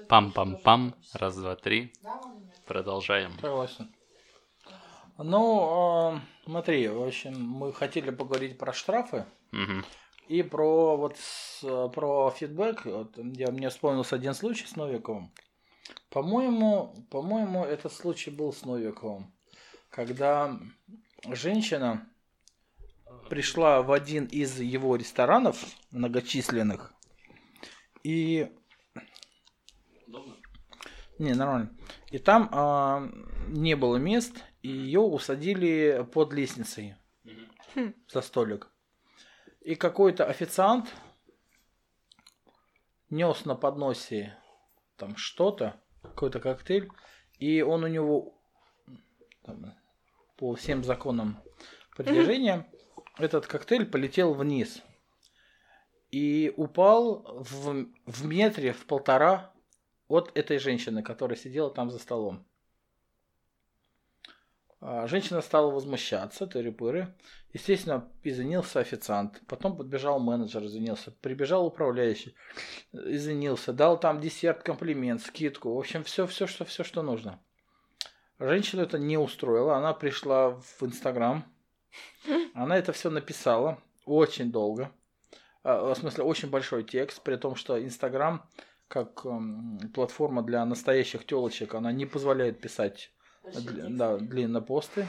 Пам-пам-пам. Раз, два, три. Продолжаем. Согласен. Ну, смотри, в общем, мы хотели поговорить про штрафы Мгм. и про про фидбэк. Вот, мне вспомнился один случай с Новиковым. По-моему, этот случай был с Новиковым, когда женщина пришла в один из его ресторанов многочисленных и не, нормально. И там не было мест, и ее усадили под лестницей за столик. И какой-то официант нес на подносе там что-то, какой-то коктейль, и он у него там, по всем законам притяжения этот коктейль полетел вниз и упал в метре, в полтора от этой женщины, которая сидела там за столом. Женщина стала возмущаться, тыры-пыры. Естественно, извинился официант. Потом подбежал менеджер, извинился. Прибежал управляющий, извинился. Дал там десерт, комплимент, скидку. В общем, все, что нужно. Женщину это не устроило. Она пришла в Инстаграм. Она это все написала очень долго. В смысле, очень большой текст. При том, что Инстаграм, как платформа для настоящих телочек, она не позволяет писать длинные посты.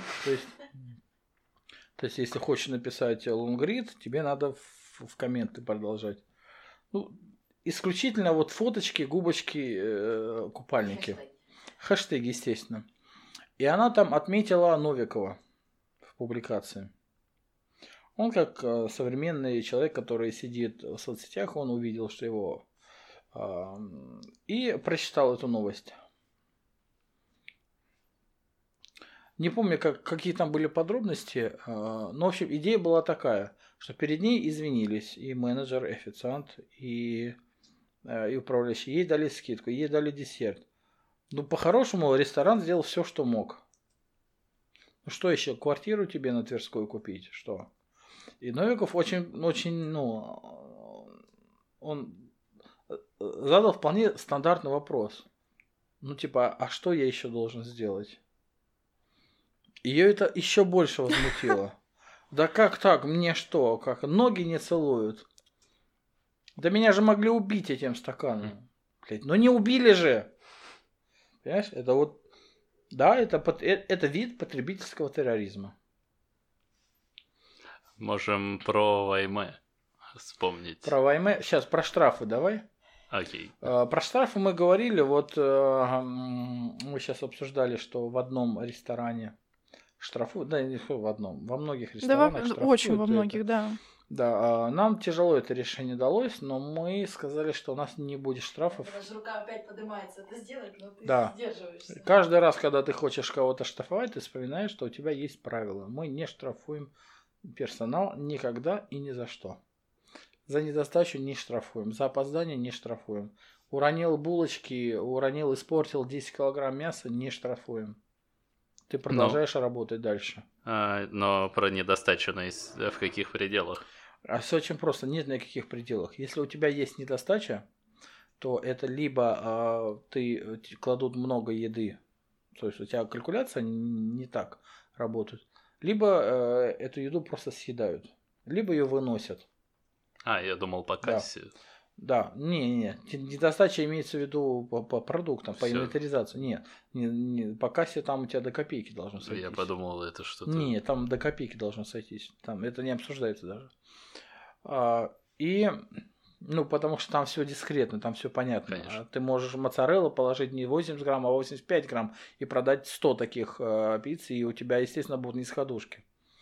То есть, если хочешь написать лонгрид, тебе надо в комменты продолжать. Ну, исключительно вот фоточки, губочки, купальники. Хэштеги, естественно. И она там отметила Новикова в публикации. Он как современный человек, который сидит в соцсетях, он увидел, что его... и прочитал эту новость. Не помню, какие там были подробности, но, в общем, идея была такая, что перед ней извинились и менеджер, и официант, и управляющий. Ей дали скидку, ей дали десерт. Ну, по-хорошему, ресторан сделал все, что мог. Ну, что еще, квартиру тебе на Тверской купить? Что? И Новиков очень, он задал вполне стандартный вопрос. Ну, типа, а что я еще должен сделать? Ее это еще больше возмутило. Да как так? Мне что? Как ноги не целуют? Да меня же могли убить этим стаканом. Блядь, но не убили же. Понимаешь? Это вот... Да, это вид потребительского терроризма. Можем про Вайме вспомнить. Про Вайме... Сейчас про штрафы давай. Окей. Про штрафы мы говорили. Вот мы сейчас обсуждали, что в одном ресторане штрафуют, да, не в одном, во многих ресторанах да, штрафуют. очень во многих, да. Да, нам тяжело это решение далось, но мы сказали, что у нас не будет штрафов. Даже рука опять поднимается это сделать, но ты сдерживаешься. Каждый раз, когда ты хочешь кого-то штрафовать, ты вспоминаешь, что у тебя есть правила. Мы не штрафуем персонал никогда и ни за что. За недостачу не штрафуем, за опоздание не штрафуем. Уронил булочки, испортил 10 килограмм мяса, не штрафуем. Ты продолжаешь работать дальше. Но про недостачу в каких пределах? А все очень просто, нет никаких пределах. Если у тебя есть недостача, то это либо ты кладут много еды, то есть у тебя калькуляция не так работает, либо эту еду просто съедают, либо ее выносят. Я думал по кассе. Да, не. Недостача имеется в виду по продуктам, по инвентаризации. Нет, по кассе там у тебя до копейки должно сойтись. Я подумал, это что-то... Нет, там до копейки должно сойтись. Там это не обсуждается даже. Потому что там все дискретно, там все понятно. Конечно. Ты можешь моцареллу положить не 80 грамм, а 85 грамм и продать 100 таких пицц, и у тебя, естественно, будут нисходушки.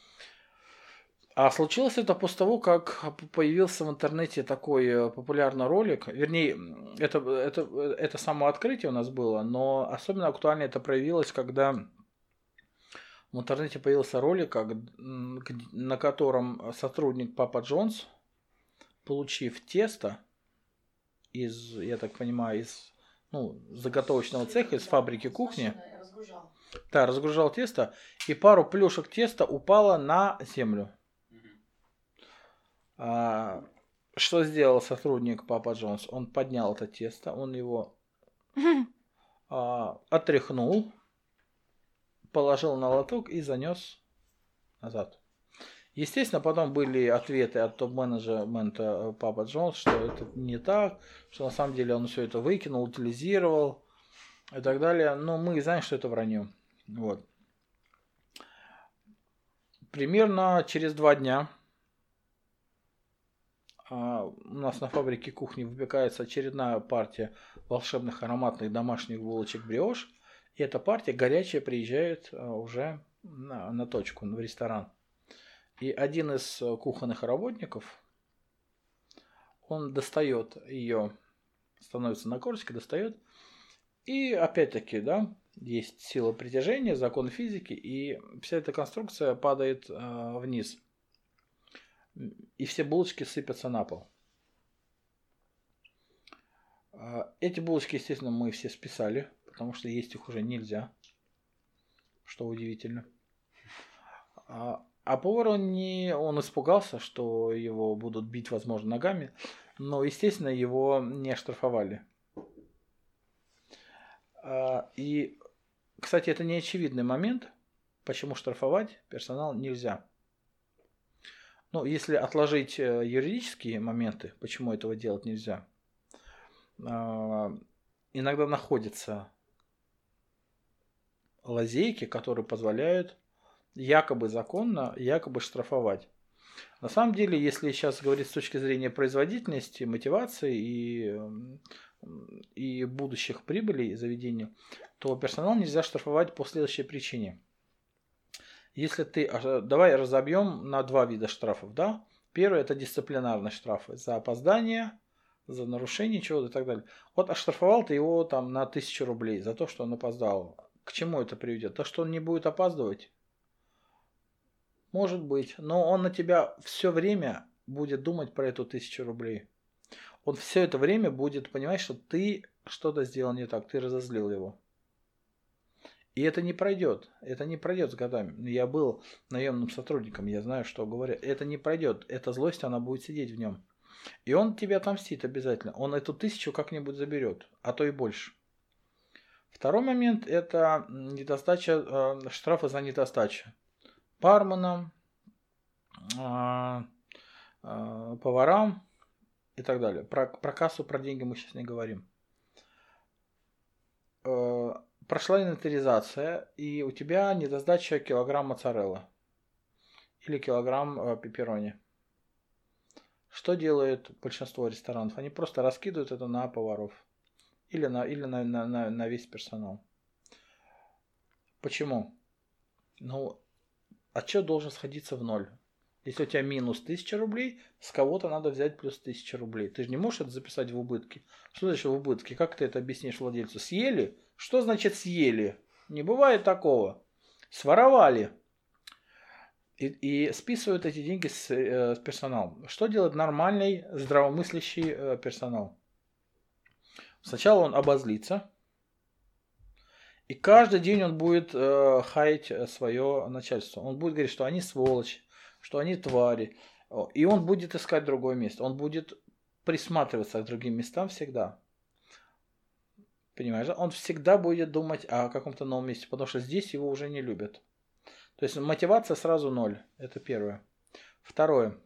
А случилось это после того, как появился в интернете такой популярный ролик. Вернее, это само открытие у нас было, но особенно актуально это проявилось, когда в интернете появился ролик, на котором сотрудник Папа Джонс, получив тесто из, я так понимаю, из заготовочного цеха, из фабрики кухни, разгружал тесто, и пару плюшек теста упало на землю. Что сделал сотрудник Папа Джонс? Он поднял это тесто, он его отряхнул, положил на лоток и занес назад. Естественно, потом были ответы от топ-менеджмента Папа Джонс, что это не так, что на самом деле он все это выкинул, утилизировал и так далее. Но мы знаем, что это вранье. Вот. Примерно через 2 дня у нас на фабрике кухни выпекается очередная партия волшебных ароматных домашних булочек бриош. И эта партия горячая приезжает уже на точку, в ресторан. И один из кухонных работников, он достает ее, становится на корточке, достает. И опять-таки, да, есть сила притяжения, закон физики, и вся эта конструкция падает вниз. И все булочки сыпятся на пол. Эти булочки, естественно, мы все списали, потому что есть их уже нельзя. Что удивительно. А повар, он испугался, что его будут бить, возможно, ногами. Но, естественно, его не оштрафовали. И, кстати, это не очевидный момент, почему штрафовать персонал нельзя. Ну, если отложить юридические моменты, почему этого делать нельзя, иногда находятся лазейки, которые позволяют якобы законно, якобы штрафовать. На самом деле, если сейчас говорить с точки зрения производительности, мотивации и будущих прибылей заведения, то персонал нельзя штрафовать по следующей причине. Если давай разобьем на 2 вида штрафов, да? Первый — это дисциплинарные штрафы за опоздание, за нарушение чего-то и так далее. Вот оштрафовал ты его там на 1000 рублей за то, что он опоздал. К чему это приведет? То, что он не будет опаздывать? Может быть, но он на тебя все время будет думать про эту 1000 рублей. Он все это время будет понимать, что ты что-то сделал не так, ты разозлил его. И это не пройдет. Это не пройдет с годами. Я был наемным сотрудником, я знаю, что говорят. Это не пройдет. Эта злость, она будет сидеть в нем. И он тебе отомстит обязательно. Он эту 1000 как-нибудь заберет, а то и больше. Второй момент — это недостача, штрафы за недостачу. Барменам, поварам и так далее. Про кассу, про деньги мы сейчас не говорим. Прошла инвентаризация, и у тебя недосдача килограмм моцареллы или килограмм пепперони. Что делает большинство ресторанов? Они просто раскидывают это на поваров или на весь персонал. Почему? Ну, отчет должен сходиться в ноль. Если у тебя минус 1000 рублей, с кого-то надо взять плюс 1000 рублей. Ты же не можешь это записать в убытки. Что значит в убытки? Как ты это объяснишь владельцу? Съели? Что значит съели? Не бывает такого. Своровали. И списывают эти деньги с персонала. Что делает нормальный, здравомыслящий персонал? Сначала он обозлится. И каждый день он будет хаять свое начальство. Он будет говорить, что они сволочи, что они твари. И он будет искать другое место. Он будет присматриваться к другим местам всегда. Понимаешь, да? Он всегда будет думать о каком-то новом месте, потому что здесь его уже не любят. То есть мотивация сразу ноль. Это первое. Второе.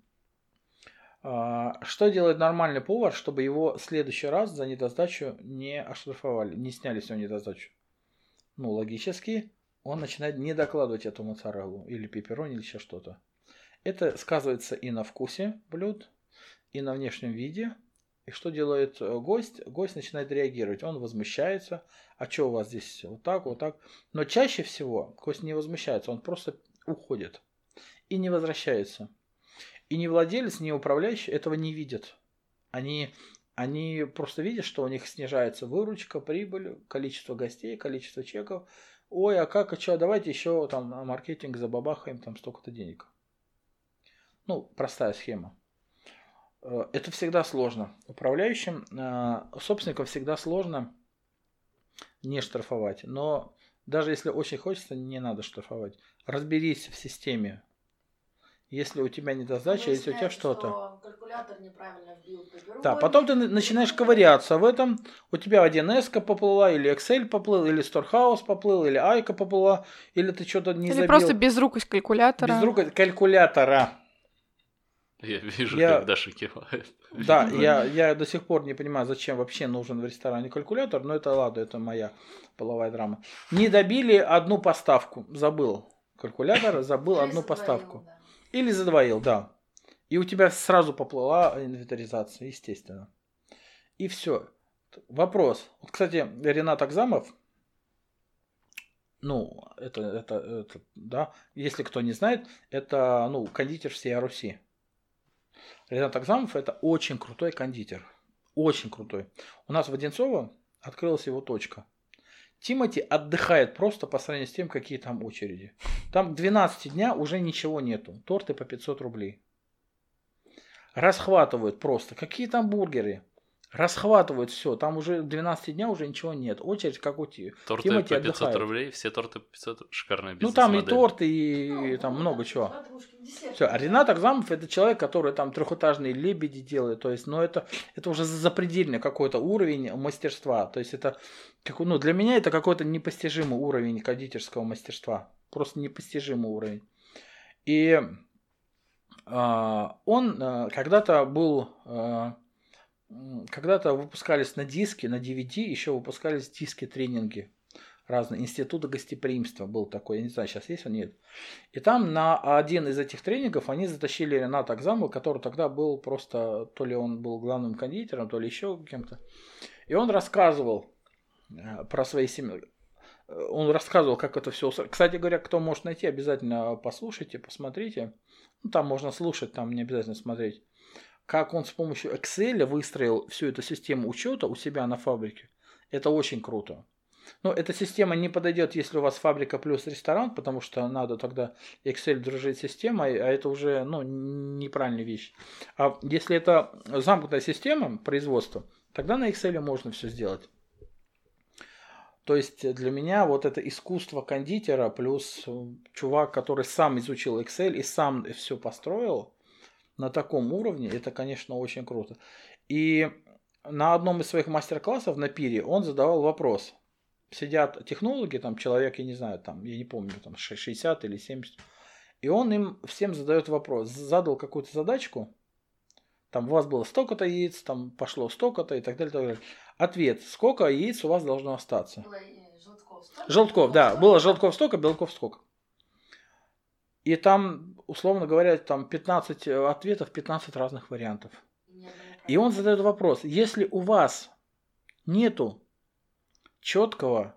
Что делает нормальный повар, чтобы его в следующий раз за недосдачу не оштрафовали, не сняли с него недосдачу? Ну, логически, он начинает не докладывать эту моцареллу или пепперони или еще что-то. Это сказывается и на вкусе блюд, и на внешнем виде. И что делает гость? Гость начинает реагировать. Он возмущается. А что у вас здесь вот так, вот так? Но чаще всего гость не возмущается. Он просто уходит. И не возвращается. И ни владелец, ни управляющий этого не видят. Они просто видят, что у них снижается выручка, прибыль, количество гостей, количество чеков. Ой, а что, давайте еще там на маркетинг забабахаем там столько-то денег. Ну, простая схема. Это всегда сложно. Управляющим, собственникам всегда сложно не штрафовать. Но даже если очень хочется, не надо штрафовать. Разберись в системе. Если у тебя недосдача, если у тебя что-то. калькулятор неправильно вбил папероний. Да, потом ты начинаешь ковыряться в этом. У тебя 1С поплыла, или Excel поплыл, или Storehouse поплыл, или Айка поплыла, или ты что-то не забил. Или просто безрукость калькулятора. Безрукость калькулятора. Я вижу, как Даша кивает. Да, я до сих пор не понимаю, зачем вообще нужен в ресторане калькулятор, но это ладно, это моя половая драма. Не добили одну поставку, забыл калькулятор, забыл одну поставку. Да. Или задвоил, да. И у тебя сразу поплыла инвентаризация, естественно. И все. Вопрос. Вот, кстати, Ренат Агзамов, ну, это, да, если кто не знает, это, ну, кондитер всей Руси. Ренат Агзамов это очень крутой кондитер. Очень крутой. У нас в Одинцово открылась его точка. Тимати отдыхает просто по сравнению с тем, какие там очереди. Там 12 дня уже ничего нету. Торты по 500 рублей. Расхватывают просто. Какие там бургеры? Расхватывают все. Там уже 12 дня уже ничего нет. Очередь как у Торты Тимати по 500 отдыхает. рублей, все торты по 500, шикарная Ну бизнес-модель. там и торты, и там много чего. Все, а Ренат Агзамов это человек, который там трехэтажные лебеди делает, то есть, ну это уже запредельный какой-то уровень мастерства, то есть это, ну для меня это какой-то непостижимый уровень кондитерского мастерства, просто непостижимый уровень. И он когда-то был, когда-то выпускались на диске, на DVD еще выпускались диски-тренинги. Разные. Институты гостеприимства был такой. Я не знаю, сейчас есть он, нет. И там на один из этих тренингов они затащили Рената Агзамова, который тогда был просто, то ли он был главным кондитером, то ли еще кем-то. И он рассказывал про свои семьи. Он рассказывал, как это все. Кстати говоря, кто может найти, обязательно послушайте, посмотрите. Ну, там можно слушать, там не обязательно смотреть. Как он с помощью Excel выстроил всю эту систему учета у себя на фабрике. Это очень круто. Но эта система не подойдет, если у вас фабрика плюс ресторан, потому что надо тогда Excel дружить с системой, а это уже неправильная вещь. А если это замкнутая система производства, тогда на Excel можно все сделать. То есть для меня вот это искусство кондитера плюс чувак, который сам изучил Excel и сам все построил на таком уровне, это, конечно, очень круто. И на одном из своих мастер-классов на пире он задавал вопрос. Сидят технологи, там человек, я не знаю, там, я не помню, там 60 или 70. И он им всем задает вопрос. Задал какую-то задачку. Там у вас было столько-то яиц, там пошло столько-то и так далее, так далее. Ответ. Сколько яиц у вас должно остаться? Желтков, да. Было желтков столько, белков столько. И там, условно говоря, там 15 ответов, 15 разных вариантов. И он задает вопрос. Если у вас нету четкого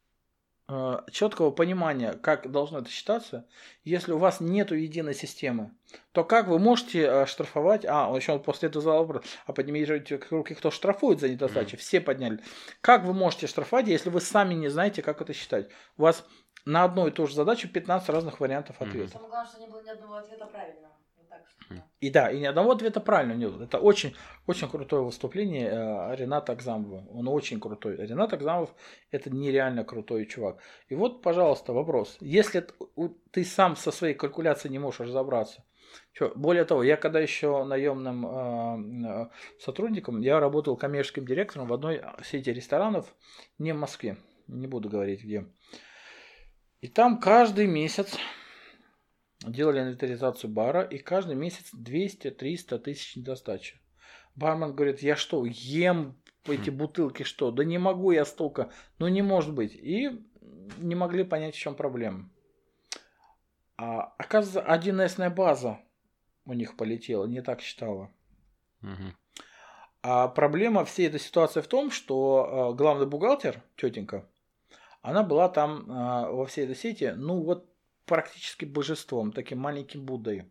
понимания, как должно это считаться, если у вас нету единой системы, то как вы можете штрафовать? Еще он после этого задал вопрос, поднимите руки, кто штрафует за недостачу? Все подняли. Как вы можете штрафовать, если вы сами не знаете, как это считать? У вас на одну и ту же задачу 15 разных вариантов ответов. Самое главное, что не было ни одного ответа правильного. И да, и ни одного ответа правильно не было. Это очень, очень крутое выступление Рената Агзамова. Он очень крутой. Ренат Агзамов это нереально крутой чувак. И вот, пожалуйста, вопрос. Если ты сам со своей калькуляцией не можешь разобраться. Более того, я когда еще наемным сотрудником, я работал коммерческим директором в одной сети ресторанов, не в Москве, не буду говорить где. И там каждый месяц делали инвентаризацию бара, и каждый месяц 200-300 тысяч недостачи. Бармен говорит, я что, ем эти бутылки, что? Да не могу я столько. Ну не может быть. И не могли понять, в чем проблема. Оказывается, 1С-ная база у них полетела, не так считала. А проблема всей этой ситуации в том, что главный бухгалтер, тетенька, она была там во всей этой сети, практически божеством, таким маленьким Буддой.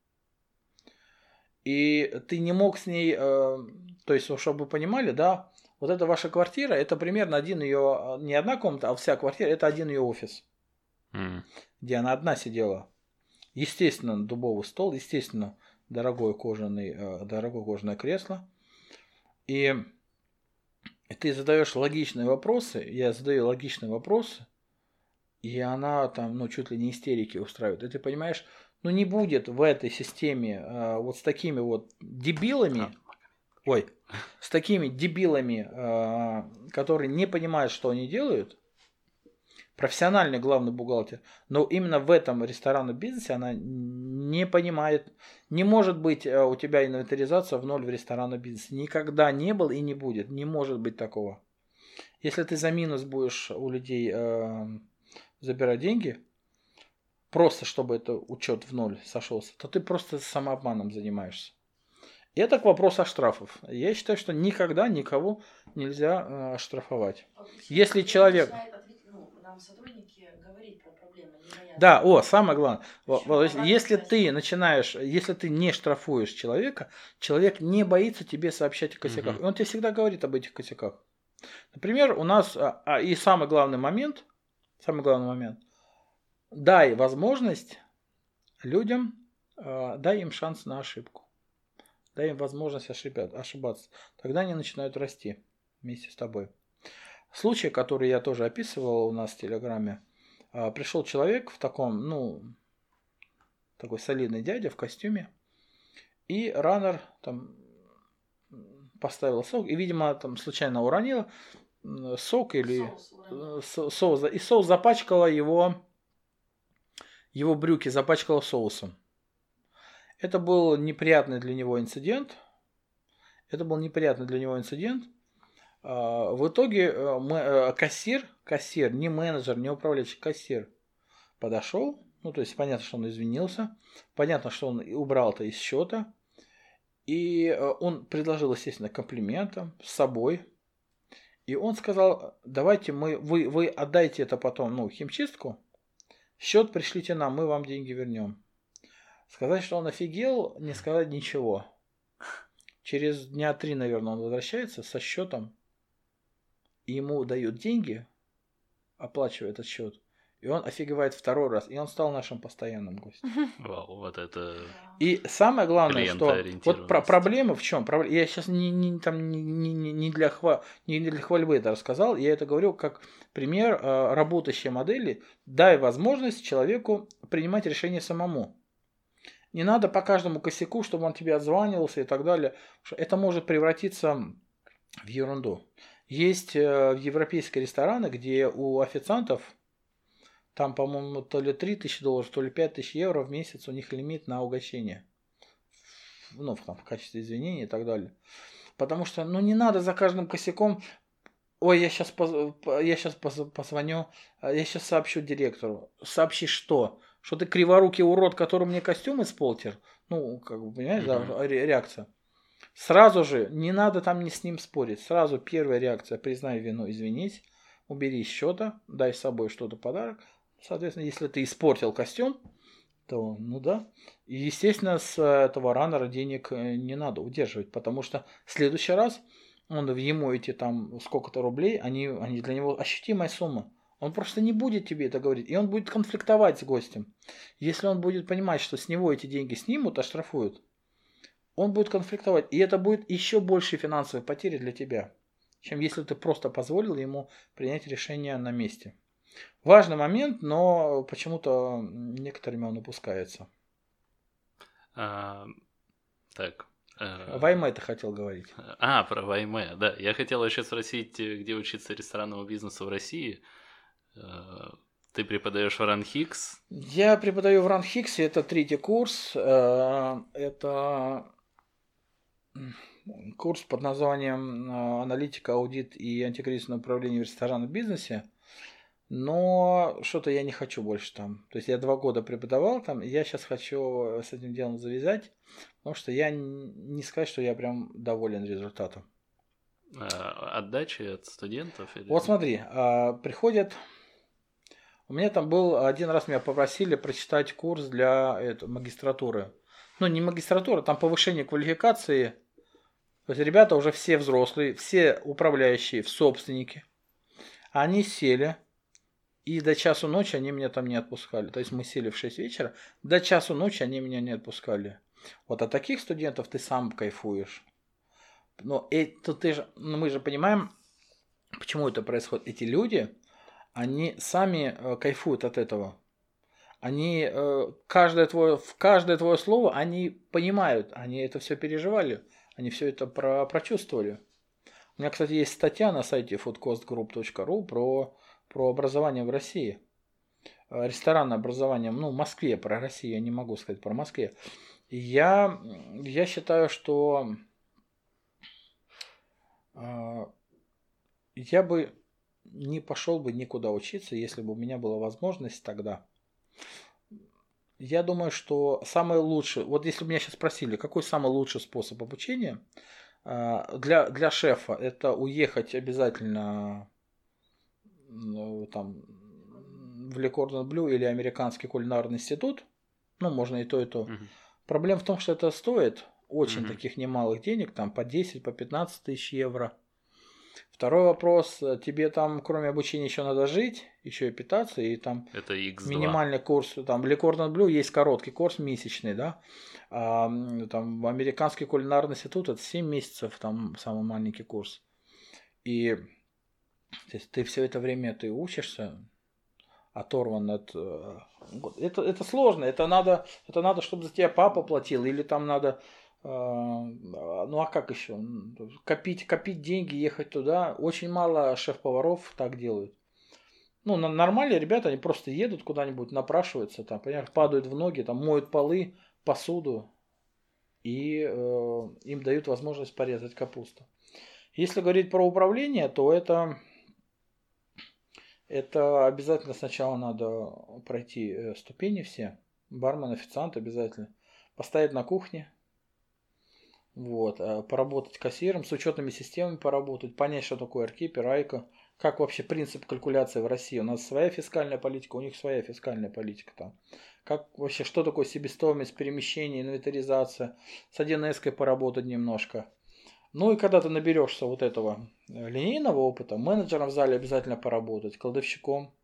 И ты не мог с ней, то есть, чтобы вы понимали, да, вот эта ваша квартира, это примерно один ее, не одна комната, а вся квартира, это один ее офис, где она одна сидела. Естественно, дубовый стол, естественно, дорогое кожаное кресло. И ты задаешь логичные вопросы, я задаю логичные вопросы, и она там, чуть ли не истерики устраивает. И ты понимаешь, Но не будет в этой системе вот с такими вот дебилами, с такими дебилами, которые не понимают, что они делают, профессиональный главный бухгалтер, но именно в этом ресторанном бизнесе она не понимает, не может быть у тебя инвентаризация в ноль в ресторанном бизнесе. Никогда не было и не будет, не может быть такого. Если ты за минус будешь у людей забирать деньги, просто чтобы это учет в ноль сошелся, то ты просто самообманом занимаешься. И это к вопросу о штрафах. Я считаю, что никогда никого нельзя штрафовать. Если человек... Нам сотрудники говорить про проблемы, не боятся. Да, самое главное. Если ты начинаешь, если ты не штрафуешь человека, человек не боится тебе сообщать о косяках. И он тебе всегда говорит об этих косяках. Например, у нас, и самый главный момент, дай возможность людям, дай им шанс на ошибку. Дай им возможность ошибаться. Тогда они начинают расти вместе с тобой. Случай, который я тоже описывал у нас в Телеграме. Пришел человек в таком, такой солидный дядя в костюме. И раннер там поставил сок. И, видимо, там случайно уронил сок или соус. И соус запачкало его брюки, запачкало соусом. Это был неприятный для него инцидент. В итоге кассир, не менеджер, не управляющий, кассир подошел. То есть понятно, что он извинился. Понятно, что он убрал это из счета. И он предложил, естественно, комплиментом с собой. И он сказал, давайте вы отдайте это потом, в химчистку. Счет пришлите нам, мы вам деньги вернем. Сказать, что он офигел, не сказать ничего. Через дня 3, наверное, он возвращается со счетом. И ему дают деньги, оплачивая этот счет. И он офигевает второй раз. И он стал нашим постоянным гостем. Вау, вот это... И самое главное, что вот проблема в чем? Я сейчас не для хвальбы это рассказал. Я это говорю как пример работающей модели. Дай возможность человеку принимать решения самому. Не надо по каждому косяку, чтобы он тебе отзванивался и так далее. Это может превратиться в ерунду. Есть европейские рестораны, где у официантов, там, по-моему, то ли $3000, то ли €5000 в месяц у них лимит на угощение. В качестве извинения и так далее. Потому что, не надо за каждым косяком, я сейчас позвоню, я сейчас сообщу директору. Сообщи что? Что ты криворукий урод, который мне костюм испортил? Понимаешь, да, реакция. Сразу же, не надо там с ним спорить. Сразу первая реакция: признай вину, извинись, убери из счета, дай с собой что-то подарок. Соответственно, если ты испортил костюм, то, да. И, естественно, с этого раннера денег не надо удерживать, потому что в следующий раз ему эти там сколько-то рублей, они для него ощутимая сумма. Он просто не будет тебе это говорить, и он будет конфликтовать с гостем. Если он будет понимать, что с него эти деньги снимут, оштрафуют, он будет конфликтовать, и это будет еще больше финансовой потери для тебя, чем если ты просто позволил ему принять решение на месте. Важный момент, но почему-то некоторыми он упускается. Вайме ты хотел говорить. Про Вайме, да. Я хотел еще спросить, где учиться ресторанному бизнесу в России. Ты преподаешь в РАНХИКС? Я преподаю в РАНХИКСе, это 3-й курс. Это курс под названием «Аналитика, аудит и антикризисное управление в ресторанном бизнесе». Но что-то я не хочу больше там. То есть я 2 года преподавал там, и я сейчас хочу с этим делом завязать, потому что я не сказать, что я прям доволен результатом. Отдачи от студентов? Или... Вот смотри, приходят... У меня там был один раз, меня попросили прочитать курс для магистратуры. Не магистратура, там повышение квалификации. То есть ребята уже все взрослые, все управляющие, собственники. Они сели, и до часу ночи они меня там не отпускали. То есть мы сели в 6 вечера, до часу ночи они меня не отпускали. Вот от таких студентов ты сам кайфуешь. Но мы же понимаем, почему это происходит. Эти люди, они сами кайфуют от этого. Они каждое твое слово они понимают, они это все переживали, они все это прочувствовали. У меня, кстати, есть статья на сайте foodcostgroup.ru про образование в России. Ресторанное образование, в Москве, про Россию я не могу сказать, про Москве. И я считаю, что я бы не пошел бы никуда учиться, если бы у меня была возможность тогда. Я думаю, что самый лучший, вот если бы меня сейчас спросили, какой самый лучший способ обучения для шефа, это уехать обязательно там в Le Cordon Bleu или Американский кулинарный институт, можно и то, и то. Проблема в том, что это стоит очень таких немалых денег, там по 10, по 15 тысяч евро. Второй вопрос, тебе там кроме обучения еще надо жить, еще и питаться, и там это X2. Минимальный курс, там в Le Cordon Bleu есть короткий курс, месячный, да, там Американский кулинарный институт, это 7 месяцев, там самый маленький курс. И то есть, ты все это время ты учишься, оторван от... Это сложно, это надо, чтобы за тебя папа платил, или там надо... а как еще? Копить деньги, ехать туда. Очень мало шеф-поваров так делают. Нормальные ребята, они просто едут куда-нибудь, напрашиваются, там, понимаешь, падают в ноги, там, моют полы, посуду, и им дают возможность порезать капусту. Если говорить про управление, то это обязательно сначала надо пройти ступени все. Бармен, официант обязательно. Постоять на кухне. Поработать кассиром, с учетными системами поработать, понять, что такое аркипер, айка, как вообще принцип калькуляции в России. У нас своя фискальная политика, у них своя фискальная политика там. Как вообще, что такое себестоимость, перемещение, инвентаризация, с 1С-кой поработать немножко. И когда ты наберешься вот этого линейного опыта, менеджером в зале обязательно поработать, кладовщиком.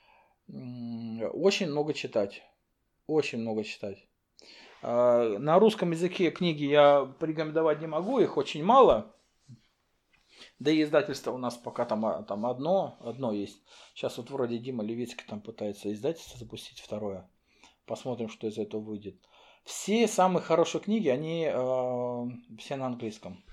Очень много читать. Очень много читать. На русском языке книги я порекомендовать не могу, их очень мало. Да и издательство у нас пока там одно есть. Сейчас вот вроде Дима Левицкий там пытается издательство запустить второе. Посмотрим, что из этого выйдет. Все самые хорошие книги, они все на английском.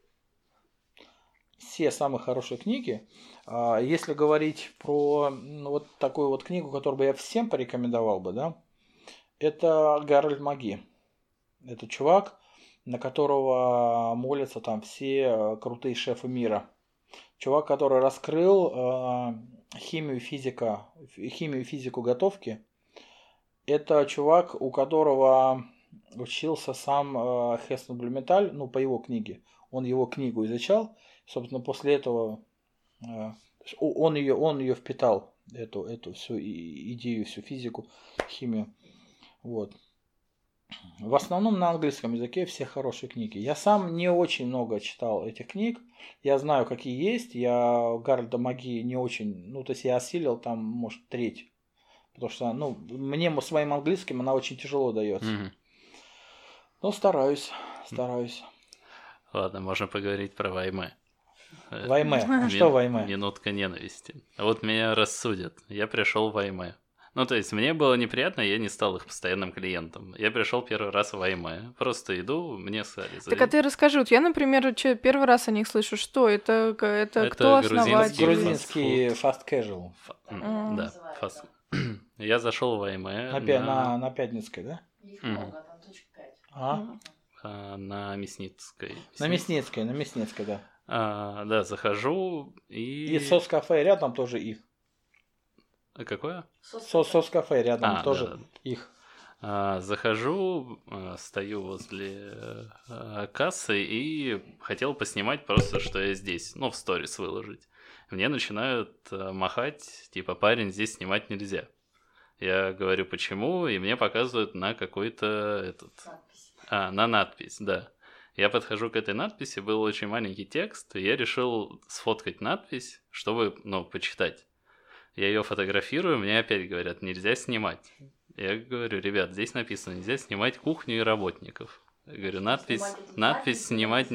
Все самые хорошие книги. Если говорить про вот такую вот книгу, которую бы я всем порекомендовал бы, да, это Гарольд Маги. Это чувак, на которого молятся там все крутые шефы мира. Чувак, который раскрыл химию и физику готовки. Это чувак, у которого учился сам Хессен Блюменталь, по его книге. Он его книгу изучал. Собственно, после этого он ее впитал, эту всю идею, всю физику, химию. В основном на английском языке все хорошие книги. Я сам не очень много читал этих книг. Я знаю, какие есть. Я Гарольда Маги не очень... то есть я осилил там, может, треть. Потому что, мне своим английским она очень тяжело дается. Но стараюсь. Ладно, можно поговорить про Вайме. Вайме. Что Вайме? Минутка ненависти. Вот меня рассудят. Я пришел в Вайме. То есть мне было неприятно, я не стал их постоянным клиентом. Я пришел первый раз в Вайме. Просто иду, мне сказали. Так, а ты расскажи. Я, например, первый раз о них слышу. Что? Это кто основатель? Грузинский fast casual. Да, fast. Я зашел в Вайме. На Пятницкой, да? Их много, там точка 5. На Мясницкой. На Мясницкой, да. Да, захожу и... И сос-кафе рядом тоже их. Какое? Сос-кафе рядом тоже их. Захожу, стою возле кассы и хотел поснимать просто, что я здесь, в сторис выложить. Мне начинают махать, типа, парень, здесь снимать нельзя. Я говорю, почему, и мне показывают на какой-то на надпись, да. Я подхожу к этой надписи, был очень маленький текст, и я решил сфоткать надпись, чтобы, почитать. Я ее фотографирую, мне опять говорят, нельзя снимать. Я говорю, ребят, здесь написано, нельзя снимать кухню и работников. Я говорю, надпись снимать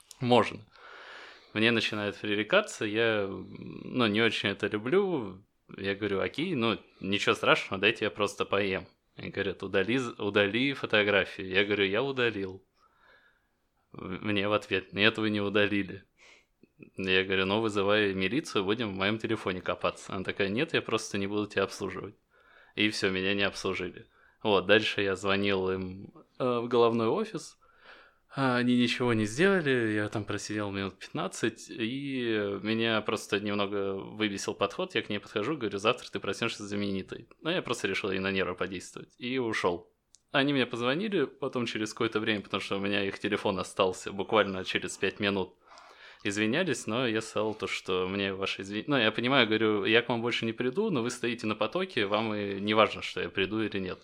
можно. Мне начинает пререкаться, я не очень это люблю. Я говорю, окей, ну, ничего страшного, дайте я просто поем. Они говорят, удали фотографии. Я говорю, я удалил. Мне в ответ, нет, вы не удалили. Я говорю, ну, вызывай милицию, будем в моем телефоне копаться. Она такая, нет, я просто не буду тебя обслуживать. И все, меня не обслужили. Вот, дальше я звонил им в головной офис. Они ничего не сделали, я там просидел минут 15, и меня просто немного выбесил подход. Я к ней подхожу, говорю, завтра ты проснешься знаменитой. Ну, я просто решил ей на нервы подействовать. И ушел. Они мне позвонили потом через какое-то время, потому что у меня их телефон остался буквально через 5 минут. Извинялись, но я сказал то, что мне ваши извинения... Ну, я понимаю, говорю, я к вам больше не приду, но вы стоите на потоке, вам и не важно, что я приду или нет.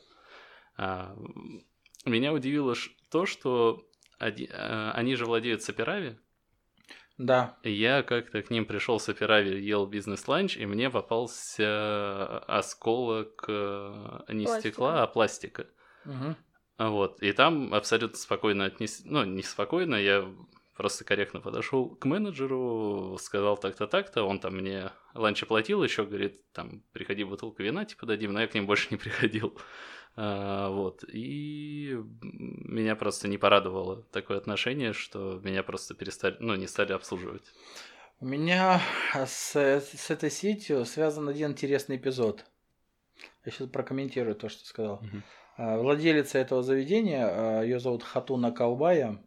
Меня удивило то, что они же владеют Сапирави. Да. Я как-то к ним пришел с Сапирави, ел бизнес-ланч, и мне попался осколок не стекла, а пластика. Угу. Вот. И там абсолютно спокойно отнесли... Ну, не спокойно, я просто корректно подошел к менеджеру, сказал так-то, так-то, он там мне ланч оплатил, еще говорит, там, приходи, бутылку вина, типа, дадим, но я к ним больше не приходил. Вот. И меня просто не порадовало такое отношение, что меня просто перестали, ну, не стали обслуживать. У меня с этой сетью связан один интересный эпизод. Я сейчас прокомментирую то, что сказал. Владелица этого заведения, ее зовут Хатуна Каубая.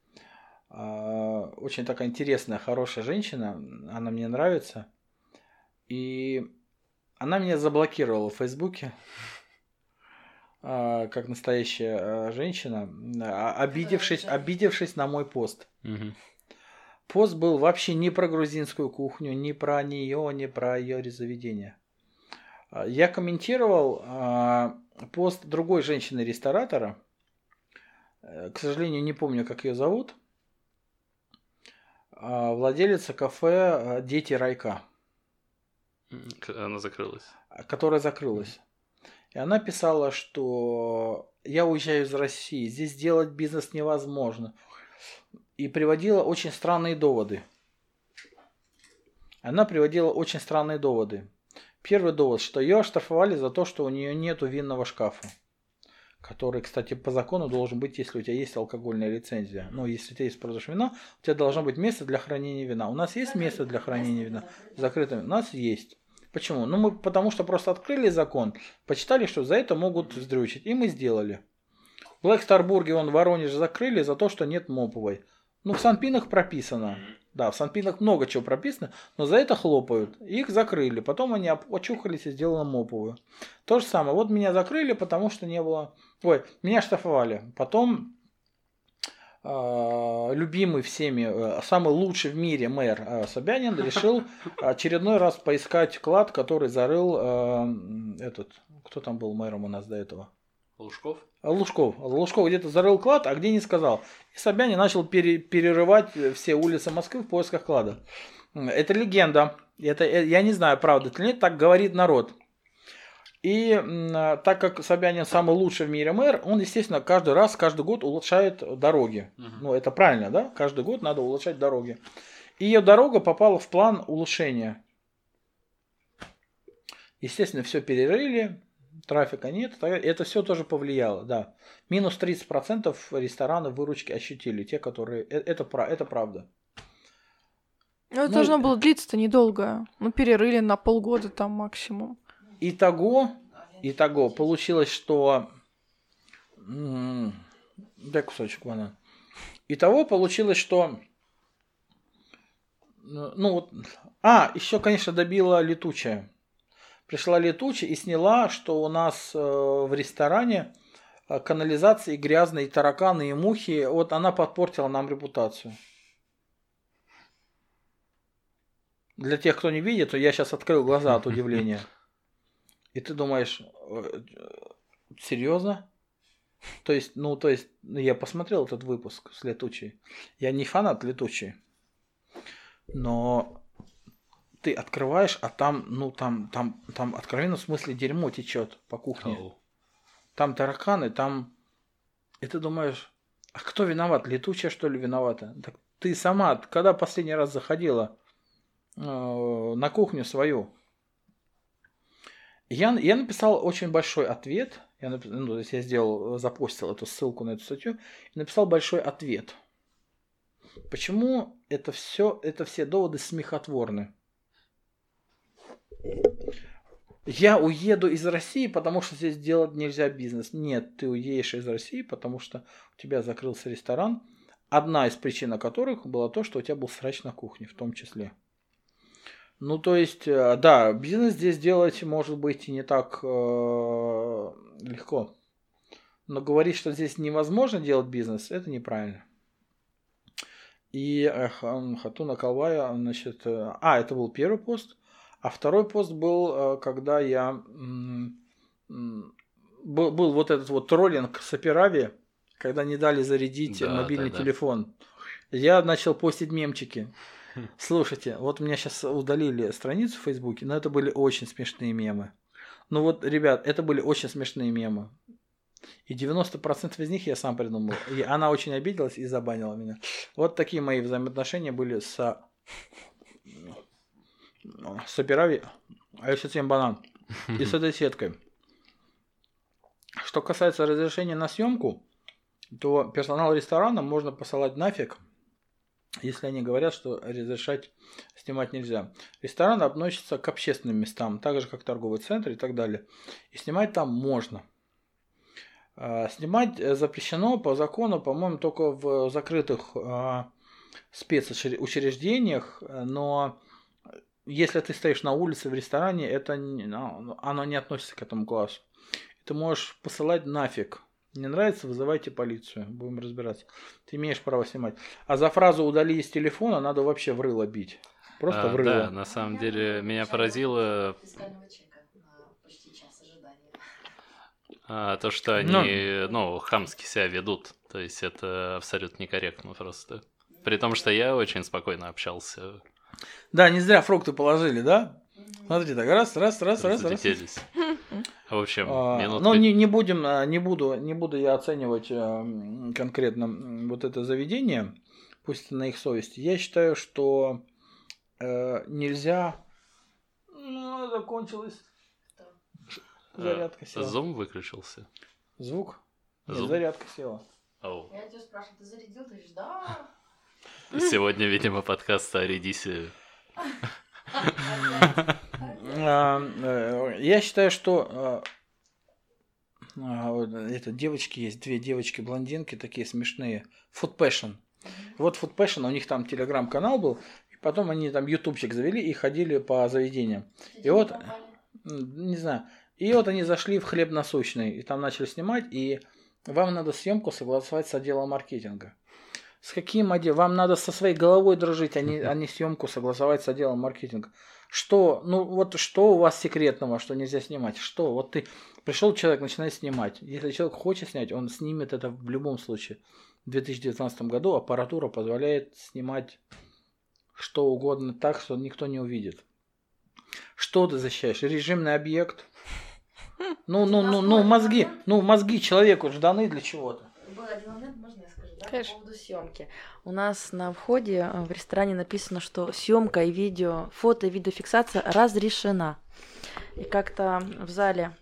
Очень такая интересная, хорошая женщина. Она мне нравится. И она меня заблокировала в Фейсбуке. Как настоящая женщина, обидевшись на мой пост. Угу. Пост был вообще не про грузинскую кухню, не про нее, не про ее заведение. Я комментировал пост другой женщины-ресторатора. К сожалению, не помню, как ее зовут. Владелица кафе «Дети Райка». Она закрылась. Которая закрылась. И она писала, что я уезжаю из России, здесь делать бизнес невозможно. И приводила очень странные доводы. Она приводила очень странные доводы. Первый довод, что ее оштрафовали за то, что у нее нету винного шкафа. Который, кстати, по закону должен быть, если у тебя есть алкогольная лицензия. Ну, если ты есть продаж вина, у тебя должно быть место для хранения вина. У нас есть место для хранения вина? Закрытое. У нас есть. Почему? Ну, мы потому что просто открыли закон, почитали, что за это могут вздрючить. И мы сделали. В Black Star Burger вон в Воронеже закрыли за то, что нет моповой. Ну, в Санпинах прописано. Да, в Санпинах много чего прописано, но за это хлопают. Их закрыли. Потом они очухались и сделали моповую. То же самое. Вот меня закрыли, потому что не было... Ой, меня штрафовали. Потом любимый всеми, самый лучший в мире мэр Собянин решил очередной раз поискать клад, который зарыл кто там был мэром у нас до этого? Лужков? Лужков где-то зарыл клад, а где не сказал. И Собянин начал перерывать все улицы Москвы в поисках клада. Это легенда. Это, я не знаю, правда это или нет, так говорит народ. И так как Собянин самый лучший в мире мэр, он, естественно, каждый год улучшает дороги. Ну, это правильно, да? Каждый год надо улучшать дороги. И ее дорога попала в план улучшения. Естественно, все перерыли, трафика нет. Это все тоже повлияло, да. Минус 30% рестораны выручки ощутили. Те, которые... Это правда. Ну, это должно было длиться-то недолго. Ну, перерыли на полгода там максимум. Итого получилось, что... Дай кусочек банана. Итого получилось, что... Ну вот... еще, конечно, добила летучая. Пришла летучая и сняла, что у нас в ресторане канализации грязные, тараканы и мухи. Вот она подпортила нам репутацию. Для тех, кто не видит, то я сейчас открыл глаза от удивления. И ты думаешь, серьезно? То есть, я посмотрел этот выпуск с летучей. Я не фанат летучей. Но ты открываешь, а там откровенно в смысле дерьмо течет по кухне. Там тараканы, там... И ты думаешь, а кто виноват? Летучая, что ли, виновата? Так ты сама, когда последний раз заходила на кухню свою? Я написал очень большой ответ. То есть я запостил эту ссылку на эту статью и написал большой ответ. Почему это все доводы смехотворны? Я уеду из России, потому что здесь делать нельзя бизнес. Нет, ты уедешь из России, потому что у тебя закрылся ресторан. Одна из причин которых была то, что у тебя был срач на кухне, в том числе. Ну, то есть, да, бизнес здесь делать может быть и не так легко. Но говорить, что здесь невозможно делать бизнес, это неправильно. И Хатуна Калвая, значит... это был первый пост. А второй пост был, когда я... Был вот этот вот троллинг с Операви, когда не дали зарядить мобильный телефон. Я начал постить мемчики. Слушайте, вот у меня сейчас удалили страницу в Фейсбуке, но это были очень смешные мемы. Ну вот, ребят, это были очень смешные мемы. И 90% из них я сам придумал. И она очень обиделась и забанила меня. Вот такие мои взаимоотношения были с Операви, а еще съем банан. И с этой сеткой. Что касается разрешения на съемку, то персонал ресторана можно посылать нафиг, если они говорят, что разрешать снимать нельзя. Ресторан относится к общественным местам, так же как торговый центр и так далее. И снимать там можно. Снимать запрещено по закону, по-моему, только в закрытых спецучреждениях, но если ты стоишь на улице в ресторане, оно не относится к этому классу. Ты можешь посылать нафиг. Не нравится, вызывайте полицию. Будем разбираться. Ты имеешь право снимать. А за фразу «удали из телефона» надо вообще в рыло бить. Просто в рыло. Да, на самом деле меня поразило... то, что они, хамски себя ведут. То есть это абсолютно некорректно просто. При том, что я очень спокойно общался. Да, не зря фрукты положили, да? Смотрите, так раз. Разлетелись. В общем, но не буду я оценивать конкретно вот это заведение, пусть это на их совести. Я считаю, что нельзя... закончилось. Зарядка села. Зум выключился. Звук? Нет, зарядка села. Я тебя спрашиваю, ты зарядил? Ты говоришь, да. Сегодня, видимо, подкаст о редисе. Я считаю, что девочки есть, две девочки-блондинки, такие смешные. Food Passion. Вот Food Passion, у них там телеграм-канал был, и потом они там ютубчик завели и ходили по заведениям. И вот, не знаю, и вот они зашли в хлеб насущный, и там начали снимать, и вам надо съемку согласовать с отделом маркетинга. С каким отделом? Вам надо со своей головой дружить, а не съемку согласовать с отделом маркетинга. Что? Что у вас секретного, что нельзя снимать? Что? Вот ты пришел человек, начинает снимать. Если человек хочет снять, он снимет это в любом случае. В 2019 году аппаратура позволяет снимать что угодно так, что никто не увидит. Что ты защищаешь? Режимный объект? Мозги человеку же даны для чего-то. Был один момент, можно я скажу, да? Конечно. По поводу съемки. У нас на входе в ресторане написано, что съемка и видео, фото и видеофиксация разрешена. И как-то в зале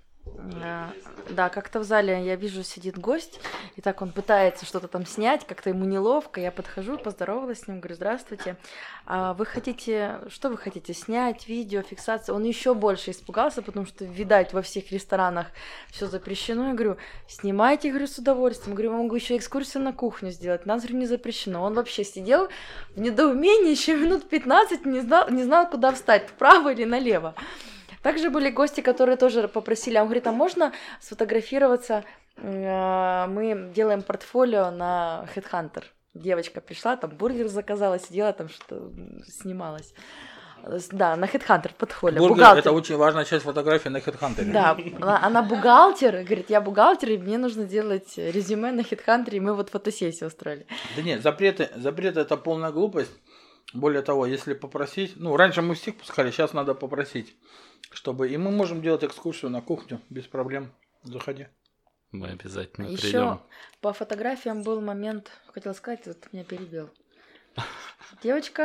я вижу, сидит гость, и так он пытается что-то там снять, как-то ему неловко. Я подхожу, поздоровалась с ним, говорю: здравствуйте. Что вы хотите снять, видео, фиксацию? Он еще больше испугался, потому что, видать, во всех ресторанах все запрещено. Я говорю: снимайте, говорю, с удовольствием. Говорю: могу еще экскурсию на кухню сделать. Нас, говорю, не запрещено. Он вообще сидел в недоумении еще минут 15, не знал, куда встать, вправо или налево. Также были гости, которые тоже попросили, он говорит: а можно сфотографироваться? Мы делаем портфолио на Headhunter. Девочка пришла, там бургер заказала, сидела там, что снималась. Да, на Headhunter портфолио. Бургер — это очень важная часть фотографии на Headhunter. Да, она бухгалтер, говорит: я бухгалтер, и мне нужно делать резюме на Headhunter, и мы вот фотосессию устроили. Да нет, запреты — это полная глупость. Более того, если попросить... раньше мы всех пускали, сейчас надо попросить, чтобы... И мы можем делать экскурсию на кухню без проблем. Заходи. Мы обязательно придем. Еще по фотографиям был момент, хотела сказать, вот меня перебил. Девочка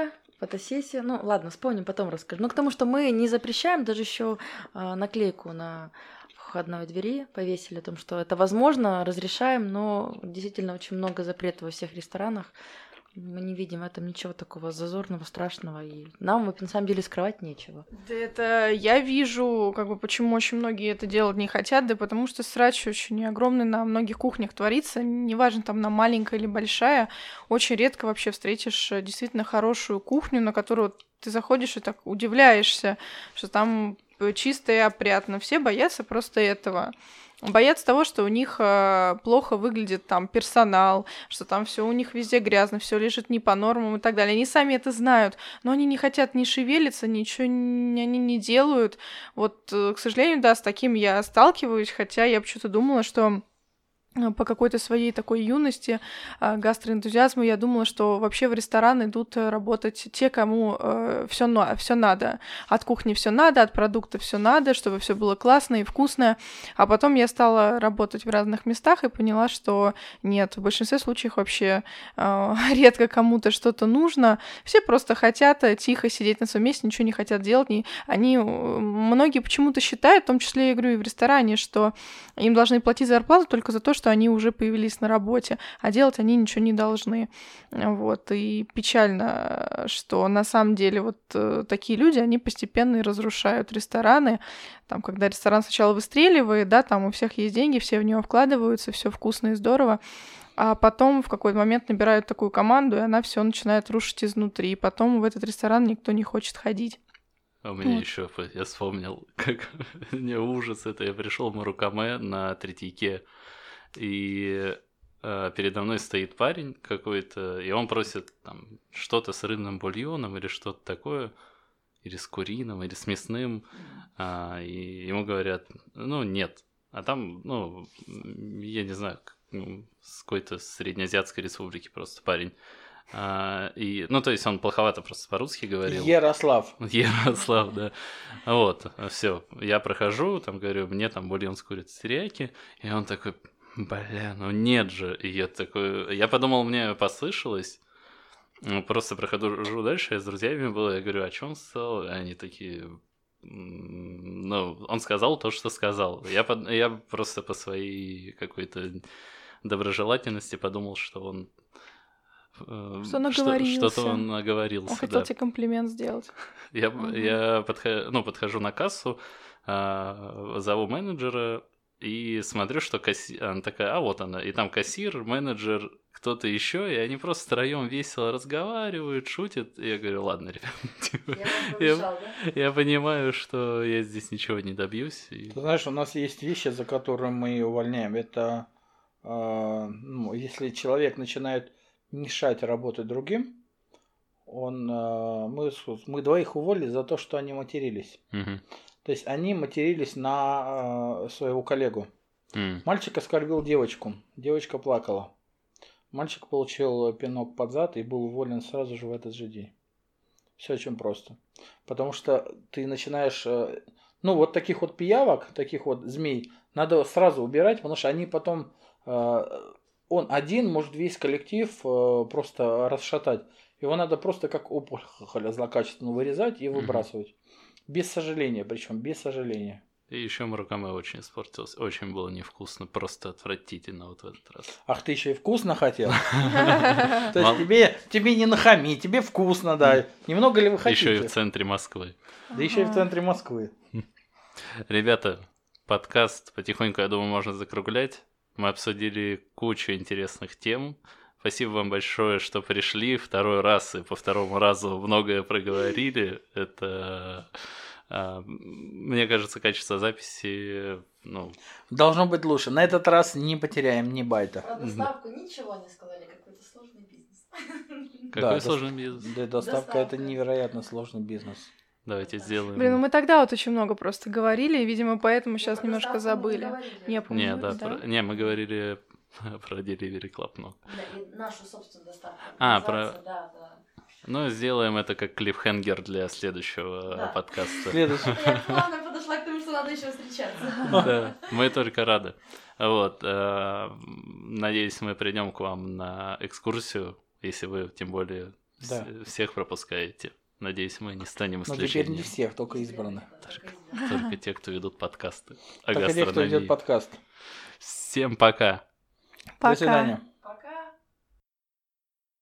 Фотосессия. Ну, ладно, вспомним, потом расскажу. Ну, к тому, что мы не запрещаем, даже еще наклейку на входной двери повесили о том, что это возможно, разрешаем, но действительно очень много запретов во всех ресторанах. Мы не видим в этом ничего такого зазорного, страшного, и нам, на самом деле, скрывать нечего. Да это я вижу, как бы, почему очень многие это делать не хотят, да потому что срач очень огромный на многих кухнях творится, неважно, там, на маленькая или большая, очень редко вообще встретишь действительно хорошую кухню, на которую ты заходишь и так удивляешься, что там чисто и опрятно. Все боятся просто этого. Боятся того, что у них плохо выглядит там персонал, что там все у них везде грязно, все лежит не по нормам и так далее. Они сами это знают, но они не хотят ни шевелиться, ничего они не делают. Вот, к сожалению, да, с таким я сталкиваюсь, хотя я почему-то думала, что по какой-то своей такой юности, гастроэнтузиазму, я думала, что вообще в ресторан идут работать те, кому все надо. От кухни все надо, от продуктов все надо, чтобы все было классно и вкусно. А потом я стала работать в разных местах и поняла, что нет, в большинстве случаев вообще редко кому-то что-то нужно. Все просто хотят тихо сидеть на своем месте, ничего не хотят делать. Многие почему-то считают, в том числе, я говорю, и в ресторане, что им должны платить зарплату только за то, что они уже появились на работе, а делать они ничего не должны. Вот. И печально, что на самом деле вот такие люди, они постепенно и разрушают рестораны. Там, когда ресторан сначала выстреливает, да, там у всех есть деньги, все в него вкладываются, все вкусно и здорово, а потом в какой-то момент набирают такую команду, и она все начинает рушить изнутри, и потом в этот ресторан никто не хочет ходить. А у меня еще, я вспомнил, как мне ужас это. Я пришел в Марукаме на Третьяке, и передо мной стоит парень какой-то, и он просит там что-то с рыбным бульоном или что-то такое, или с куриным, или с мясным, и ему говорят, ну, нет. А там, ну, я не знаю, с какой-то среднеазиатской республики просто парень. Ну, то есть он плоховато просто по-русски говорил. Ярослав, да. Вот, все. Я прохожу, там говорю, мне там бульон с курицей терияки, и он такой, бля, ну нет же. И я такой, я подумал, мне послышалось. Просто прохожу дальше, я с друзьями был, я говорю, о чем сказал? И они такие, ну, он сказал то, что сказал. Я просто по своей какой-то доброжелательности подумал, что он что-то он оговорился. Он хотел тебе комплимент сделать. Я подхожу на кассу, зову менеджера и смотрю, что она такая, а вот она, и там кассир, менеджер, кто-то еще, и они просто втроем весело разговаривают, шутят. И я говорю, ладно, ребят, я понимаю, что я здесь ничего не добьюсь. Ты знаешь, у нас есть вещи, за которые мы увольняем. Это если человек начинает мешать работать другим, мы двоих уволили за то, что они матерились. Угу. То есть они матерились на своего коллегу. Мальчик оскорбил девочку, девочка плакала. Мальчик получил пинок под зад и был уволен сразу же в этот же день. Все очень просто. Потому что ты начинаешь... вот таких вот пиявок, таких вот змей, надо сразу убирать, потому что они потом... Он один может весь коллектив просто расшатать. Его надо просто как опухоль злокачественно вырезать и выбрасывать. Без сожаления, причем без сожаления. И еще Марукаме очень испортился. Очень было невкусно, просто отвратительно вот в этот раз. Ах, ты еще и вкусно хотел? То есть тебе не нахами, тебе вкусно, да. Немного ли вы хотите? Еще и в центре Москвы. Да еще и в центре Москвы. Ребята, подкаст потихоньку, я думаю, можно закруглять. Мы обсудили кучу интересных тем. Спасибо вам большое, что пришли второй раз, и по второму разу многое проговорили. Это, мне кажется, качество записи... Должно быть лучше. На этот раз не потеряем ни байта. Про доставку ничего не сказали, какой-то сложный бизнес. Какой сложный бизнес? Да, доставка это невероятно сложный бизнес. Давайте сделаем. Блин, мы тогда вот очень много просто говорили, и, видимо, поэтому сейчас немножко забыли. Мы говорили про Delivery Club, но... Да, и нашу собственную доставку. Да. Ну, сделаем это как клиффхенгер для следующего подкаста. Я плавно подошла к тому, что надо еще встречаться. Да, мы только рады. Вот. Надеюсь, мы придем к вам на экскурсию, если вы, тем более... Да. Всех пропускаете. Надеюсь, мы не станем Но исключением. теперь не всех, только избранных. Только те, кто ведут подкасты о Только те, кто гастрономии. ведет подкаст. Всем пока. Пока. До свидания.